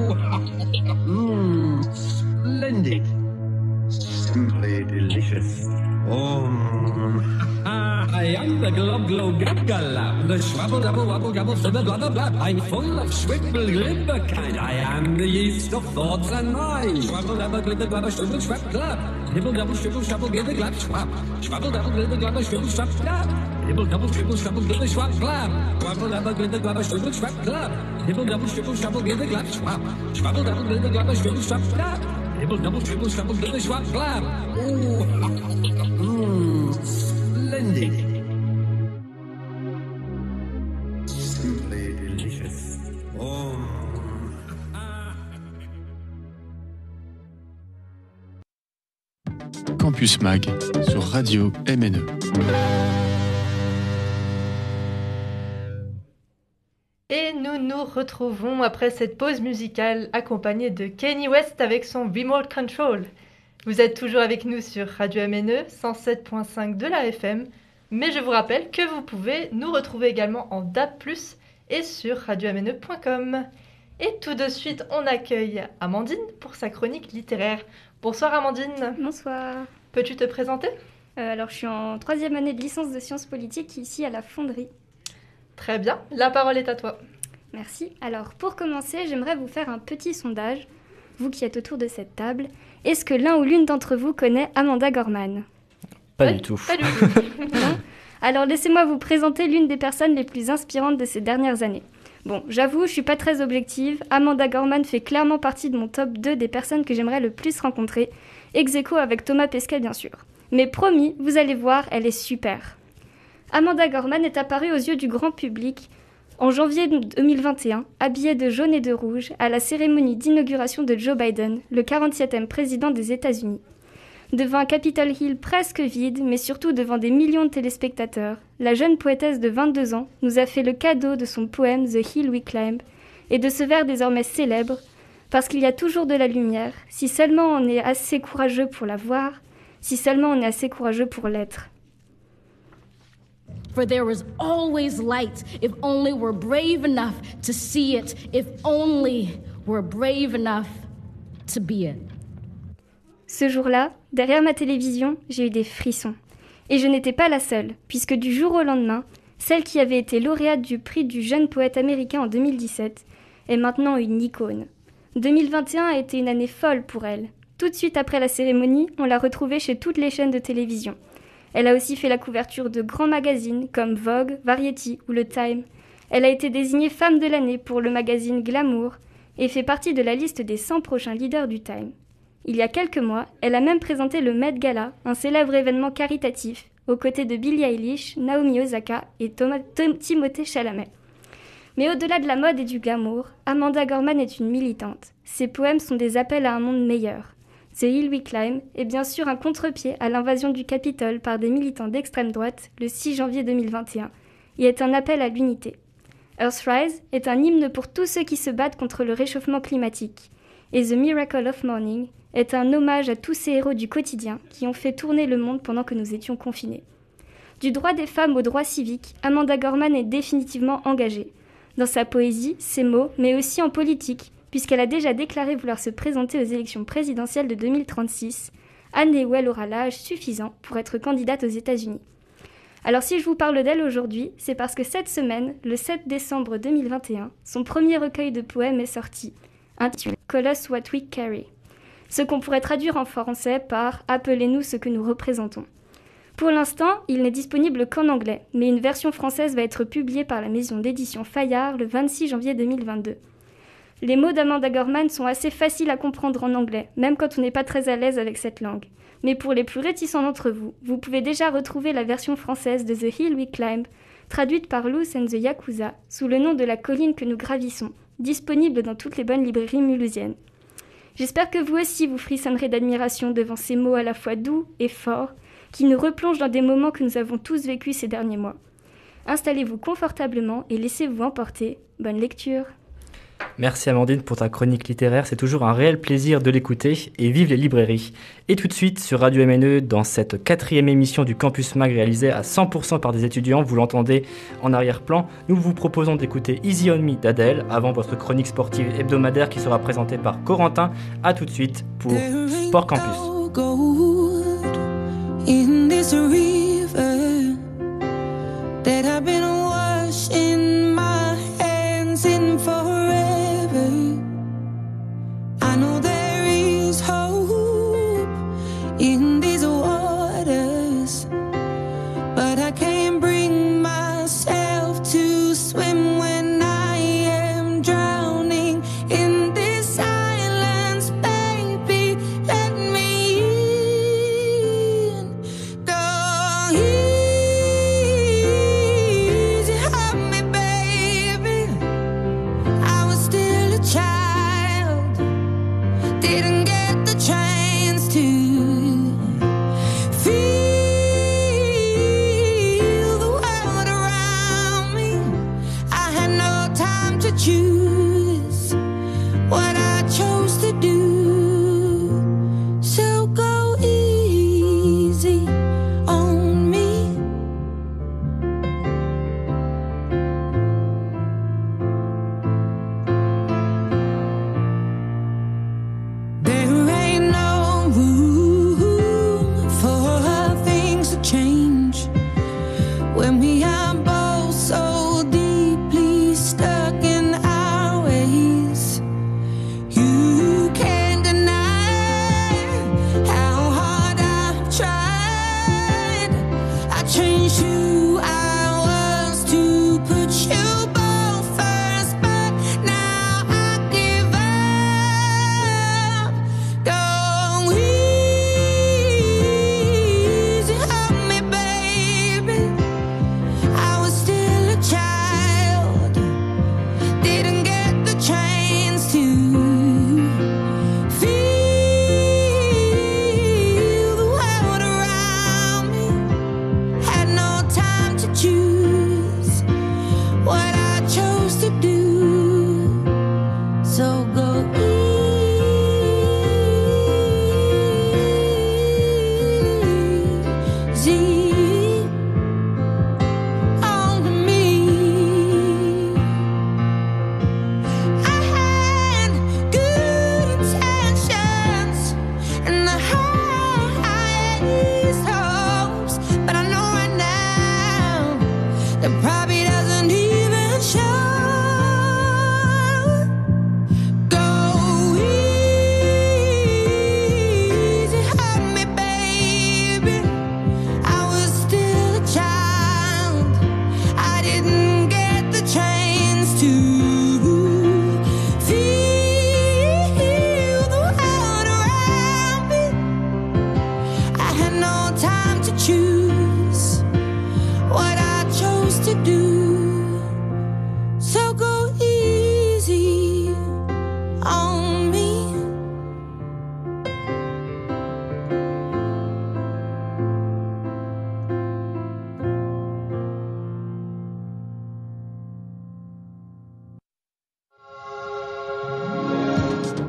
S15: Splendid. Simply delicious. I am the glob glob gab galab, the schwabble double wabble gabble for the blah blab. I'm full of swibble glibber kind. I am the yeast of thoughts and minds. Schwabble double glibber glabber schwibble schwab glab. Hibble double shibble shabble glibber glab schwab. Schwabble double glibber glabber schwibble schwab glab. Hibble double shibble shabble glibber schwab glab. Schwabble double glibber glabber schwibble schwab glab. Hibble double shibble shabble glibber glab schwab. Schwabble double glibber glabber schwibble schwab glab. Hibble double shibble shabble glibber schwab glab. Splendid. Simply delicious.
S5: Campus Mag sur Radio MNE.
S7: Et nous nous retrouvons après cette pause musicale accompagnée de Kanye West avec son Remote Control. Vous êtes toujours avec nous sur Radio MNE 107.5 de la FM, mais je vous rappelle que vous pouvez nous retrouver également en DAB+, et sur radiomne.com. Et tout de suite, on accueille Amandine pour sa chronique littéraire. Bonsoir Amandine.
S16: Bonsoir.
S7: Peux-tu te présenter ?
S16: Alors, je suis en 3e année de licence de sciences politiques ici à la Fonderie.
S7: Très bien, la parole est à toi.
S16: Merci. Alors, pour commencer, j'aimerais vous faire un petit sondage. Vous qui êtes autour de cette table, est-ce que l'un ou l'une d'entre vous connaît Amanda Gorman ?
S6: Pas du tout.
S16: Pas du tout. Non ? Alors, laissez-moi vous présenter l'une des personnes les plus inspirantes de ces dernières années. Bon, j'avoue, je suis pas très objective. Amanda Gorman fait clairement partie de mon top 2 des personnes que j'aimerais le plus rencontrer, ex aequo avec Thomas Pesquet, bien sûr. Mais promis, vous allez voir, elle est super. Amanda Gorman est apparue aux yeux du grand public en janvier 2021, habillée de jaune et de rouge, à la cérémonie d'inauguration de Joe Biden, le 47e président des États-Unis. Devant un Capitol Hill presque vide, mais surtout devant des millions de téléspectateurs, la jeune poétesse de 22 ans nous a fait le cadeau de son poème The Hill We Climb et de ce vers désormais célèbre, parce qu'il y a toujours de la lumière, si seulement on est assez courageux pour la voir, si seulement on est assez courageux pour l'être.
S17: For there is always light if only we're brave enough to see it, if only we're brave enough to be it.
S16: Ce jour-là, derrière ma télévision, j'ai eu des frissons. Et je n'étais pas la seule, puisque du jour au lendemain, celle qui avait été lauréate du prix du jeune poète américain en 2017 est maintenant une icône. 2021 a été une année folle pour elle. Tout de suite après la cérémonie, on l'a retrouvée chez toutes les chaînes de télévision. Elle a aussi fait la couverture de grands magazines comme Vogue, Variety ou le Time. Elle a été désignée femme de l'année pour le magazine Glamour et fait partie de la liste des 100 prochains leaders du Time. Il y a quelques mois, elle a même présenté le Met Gala, un célèbre événement caritatif, aux côtés de Billie Eilish, Naomi Osaka et Timothée Chalamet. Mais au-delà de la mode et du glamour, Amanda Gorman est une militante. Ses poèmes sont des appels à un monde meilleur. The Hill We Climb est bien sûr un contre-pied à l'invasion du Capitole par des militants d'extrême droite le 6 janvier 2021 et est un appel à l'unité. Earthrise est un hymne pour tous ceux qui se battent contre le réchauffement climatique. Et The Miracle of Morning est un hommage à tous ces héros du quotidien qui ont fait tourner le monde pendant que nous étions confinés. Du droit des femmes au droit civique, Amanda Gorman est définitivement engagée. Dans sa poésie, ses mots, mais aussi en politique, puisqu'elle a déjà déclaré vouloir se présenter aux élections présidentielles de 2036, année où elle aura l'âge suffisant pour être candidate aux États-Unis. Alors si je vous parle d'elle aujourd'hui, c'est parce que cette semaine, le 7 décembre 2021, son premier recueil de poèmes est sorti, intitulé « Call us what we carry », ce qu'on pourrait traduire en français par « Appelez-nous ce que nous représentons ». Pour l'instant, il n'est disponible qu'en anglais, mais une version française va être publiée par la maison d'édition Fayard le 26 janvier 2022. Les mots d'Amanda Gorman sont assez faciles à comprendre en anglais, même quand on n'est pas très à l'aise avec cette langue. Mais pour les plus réticents d'entre vous, vous pouvez déjà retrouver la version française de The Hill We Climb, traduite par Loose and the Yakuza, sous le nom de La colline que nous gravissons, disponible dans toutes les bonnes librairies mulhousiennes. J'espère que vous aussi vous frissonnerez d'admiration devant ces mots à la fois doux et forts, qui nous replongent dans des moments que nous avons tous vécus ces derniers mois. Installez-vous confortablement et laissez-vous emporter. Bonne lecture.
S6: Merci Amandine pour ta chronique littéraire, c'est toujours un réel plaisir de l'écouter et vive les librairies. Et tout de suite sur Radio MNE, dans cette 4e émission du Campus Mag réalisée à 100% par des étudiants, vous l'entendez en arrière-plan, nous vous proposons d'écouter Easy On Me d'Adèle avant votre chronique sportive hebdomadaire qui sera présentée par Corentin. A tout de suite pour Sport Campus.
S14: In this river that I've been washing my hands in forever, I know there is hope in these waters, but I can't bring myself to swim when I am drowning in this silence, baby, let me in.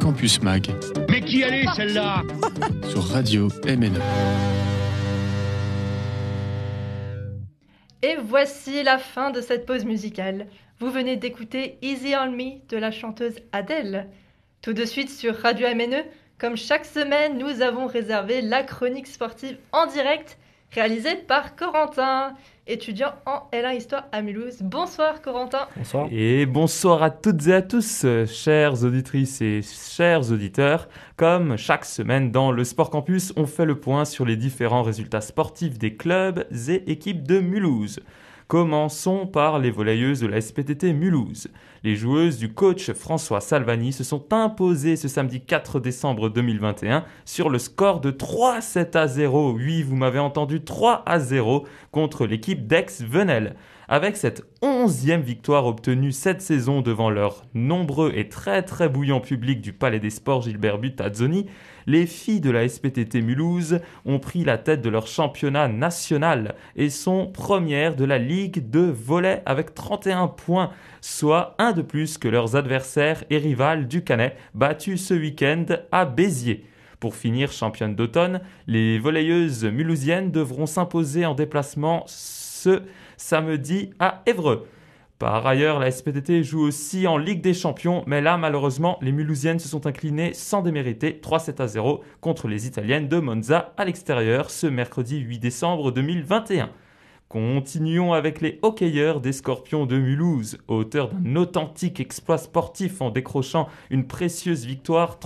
S5: Campus Mag
S18: Mais qui allait celle-là
S5: sur Radio MNE.
S7: Et voici la fin de cette pause musicale. Vous venez d'écouter Easy on Me de la chanteuse Adele. Tout de suite sur Radio MNE, comme chaque semaine, nous avons réservé la chronique sportive en direct réalisée par Corentin, étudiant en L1 Histoire à Mulhouse. Bonsoir Corentin.
S6: Bonsoir.
S19: Et bonsoir à toutes et à tous, chères auditrices et chers auditeurs. Comme chaque semaine dans le Sport Campus, on fait le point sur les différents résultats sportifs des clubs et équipes de Mulhouse. Commençons par les volleyeuses de la SPTT Mulhouse. Les joueuses du coach François Salvani se sont imposées ce samedi 4 décembre 2021 sur le score de 3-7-0. Oui, vous m'avez entendu, 3-0 contre l'équipe d'Aix-Venelle. Avec cette 11e victoire obtenue cette saison devant leur nombreux et très très bouillant public du Palais des Sports Gilbert Buttazzoni, les filles de la SPTT Mulhouse ont pris la tête de leur championnat national et sont premières de la Ligue de volley avec 31 points, soit un de plus que leurs adversaires et rivales du Canet, battus ce week-end à Béziers. Pour finir championne d'automne, les volleyeuses mulhousiennes devront s'imposer en déplacement ce samedi à Évreux. Par ailleurs, la SPTT joue aussi en Ligue des Champions, mais là, malheureusement, les Mulhousiennes se sont inclinées sans démériter 3-7-0 contre les Italiennes de Monza à l'extérieur ce mercredi 8 décembre 2021. Continuons avec les hockeyeurs des Scorpions de Mulhouse, auteurs d'un authentique exploit sportif en décrochant une précieuse victoire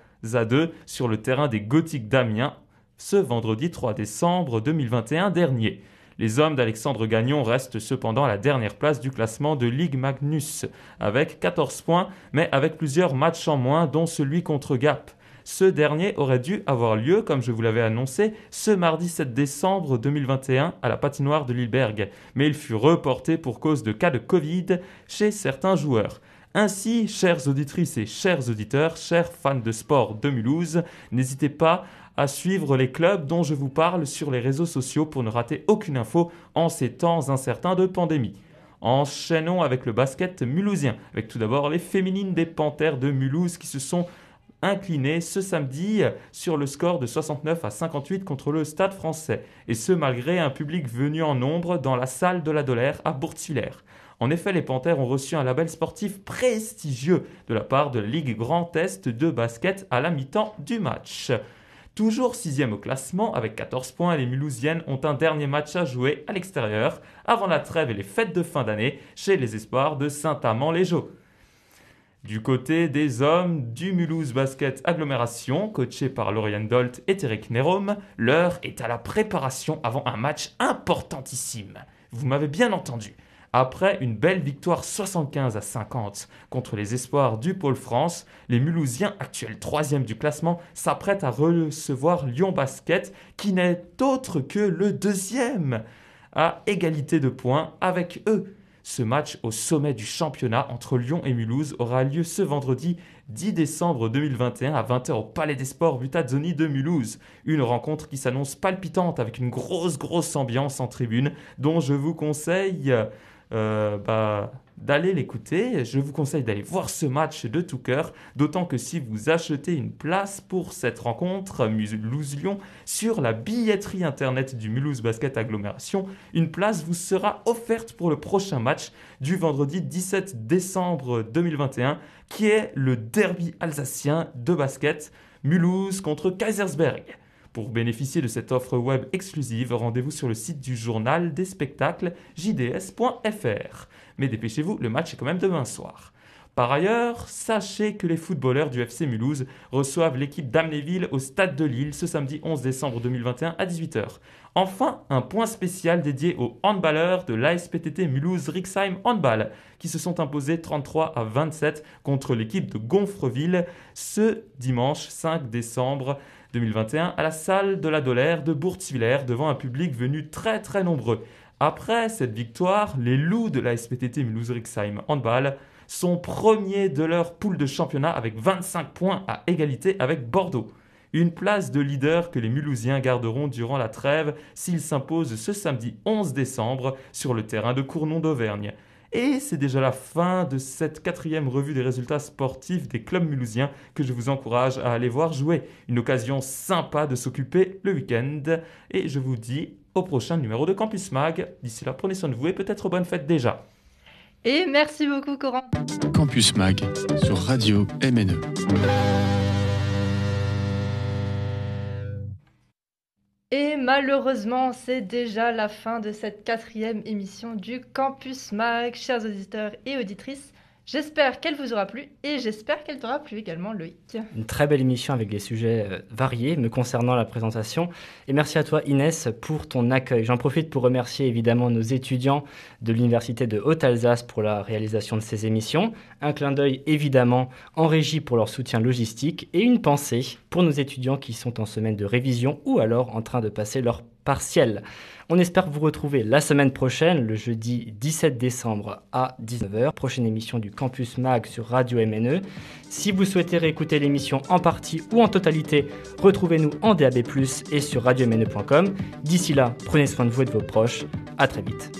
S19: 3-2 sur le terrain des Gothiques d'Amiens ce vendredi 3 décembre 2021 dernier. Les hommes d'Alexandre Gagnon restent cependant à la dernière place du classement de Ligue Magnus, avec 14 points, mais avec plusieurs matchs en moins, dont celui contre Gap. Ce dernier aurait dû avoir lieu, comme je vous l'avais annoncé, ce mardi 7 décembre 2021 à la patinoire de Lilleberg, mais il fut reporté pour cause de cas de Covid chez certains joueurs. Ainsi, chères auditrices et chers auditeurs, chers fans de sport de Mulhouse, n'hésitez pas à suivre les clubs dont je vous parle sur les réseaux sociaux pour ne rater aucune info en ces temps incertains de pandémie. Enchaînons avec le basket mulhousien, avec tout d'abord les féminines des Panthères de Mulhouse qui se sont inclinées ce samedi sur le score de 69-58 contre le Stade français, et ce malgré un public venu en nombre dans la salle de la Dolère à Bourg-Siller. En effet, les Panthères ont reçu un label sportif prestigieux de la part de la Ligue Grand Est de basket à la mi-temps du match. Toujours 6e au classement avec 14 points, les Mulhousiennes ont un dernier match à jouer à l'extérieur avant la trêve et les fêtes de fin d'année chez les Espoirs de Saint-Amand-les-Jaux. Du côté des hommes du Mulhouse Basket Agglomération, coaché par Lauriane Dolt et Eric Nérom, l'heure est à la préparation avant un match importantissime. Vous m'avez bien entendu. Après une belle victoire 75-50 contre les Espoirs du Pôle France, les Mulhousiens, actuels 3e du classement, s'apprêtent à recevoir Lyon Basket, qui n'est autre que le 2e, à égalité de points avec eux. Ce match au sommet du championnat entre Lyon et Mulhouse aura lieu ce vendredi 10 décembre 2021 à 20h au Palais des Sports Buttazzoni de Mulhouse. Une rencontre qui s'annonce palpitante avec une grosse ambiance en tribune dont je vous conseille d'aller l'écouter. Je vous conseille d'aller voir ce match de tout cœur, d'autant que si vous achetez une place pour cette rencontre Mulhouse-Lyon sur la billetterie internet du Mulhouse Basket Agglomération, une place vous sera offerte pour le prochain match du vendredi 17 décembre 2021 qui est le derby alsacien de basket Mulhouse contre Kaisersberg. Pour bénéficier de cette offre web exclusive, rendez-vous sur le site du journal des spectacles jds.fr. Mais dépêchez-vous, le match est quand même demain soir. Par ailleurs, sachez que les footballeurs du FC Mulhouse reçoivent l'équipe d'Amnéville au Stade de Lille ce samedi 11 décembre 2021 à 18h. Enfin, un point spécial dédié aux handballeurs de l'ASPTT Mulhouse-Rixheim Handball qui se sont imposés 33-27 contre l'équipe de Gonfreville ce dimanche 5 décembre 2021 à la salle de la Dolère de Bourg-Siller devant un public venu très nombreux. Après cette victoire, les loups de la SPTT Mulhouse-Rixheim Handball sont premiers de leur poule de championnat avec 25 points à égalité avec Bordeaux. Une place de leader que les Mulhousiens garderont durant la trêve s'ils s'imposent ce samedi 11 décembre sur le terrain de Cournon d'Auvergne. Et c'est déjà la fin de cette 4e revue des résultats sportifs des clubs mulhousiens que je vous encourage à aller voir jouer. Une occasion sympa de s'occuper le week-end. Et je vous dis au prochain numéro de Campus Mag. D'ici là, prenez soin de vous et peut-être bonne fête déjà.
S7: Et merci beaucoup Coran.
S5: Campus Mag sur Radio MNE.
S7: Et malheureusement, c'est déjà la fin de cette 4e émission du Campus Mag, chers auditeurs et auditrices. J'espère qu'elle vous aura plu et j'espère qu'elle t'aura plu également, Loïc.
S6: Une très belle émission avec des sujets variés me concernant la présentation. Et merci à toi Inès pour ton accueil. J'en profite pour remercier évidemment nos étudiants de l'Université de Haute-Alsace pour la réalisation de ces émissions. Un clin d'œil évidemment en régie pour leur soutien logistique et une pensée pour nos étudiants qui sont en semaine de révision ou alors en train de passer leur partiel. On espère vous retrouver la semaine prochaine, le jeudi 17 décembre à 19h. Prochaine émission du Campus Mag sur Radio MNE. Si vous souhaitez réécouter l'émission en partie ou en totalité, retrouvez-nous en DAB+, et sur radiomne.com. D'ici là, prenez soin de vous et de vos proches. À très vite.